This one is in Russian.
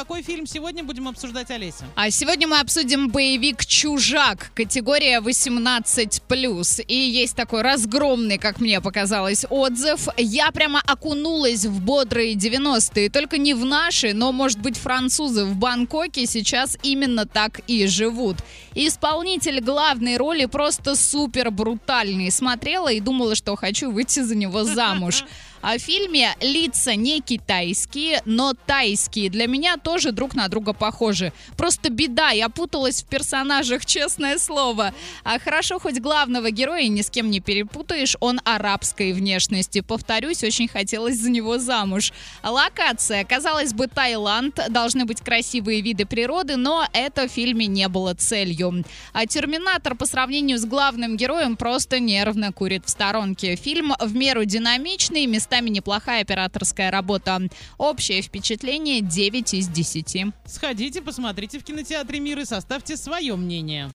какой фильм сегодня будем обсуждать, Олеся? А сегодня мы обсудим боевик «Чужак», категория 18+. И есть такой разгромный, как мне показалось, отзыв. Я прямо окунулась в бодрые 90-е. Только не в наши, но, может быть, французы в Бангкоке сейчас именно так и живут. Исполнитель главной роли просто супер брутальный. Смотрела и думала, что хочу выйти за него замуж. А в фильме лица не китайские, но тайские. Для меня тоже друг на друга похожи. Просто беда, я путалась в персонажах, честное слово. А хорошо, хоть главного героя ни с кем не перепутаешь, он арабской внешности. Повторюсь, очень хотелось за него замуж. Локация, казалось бы, Таиланд, должны быть красивые виды природы, но это в фильме не было целью. А «Терминатор» по сравнению с главным героем просто нервно курит в сторонке. Фильм в меру динамичный, местами неплохая операторская работа. Общее впечатление 9 из 10. Сходите, посмотрите в кинотеатре «Мир» и составьте свое мнение.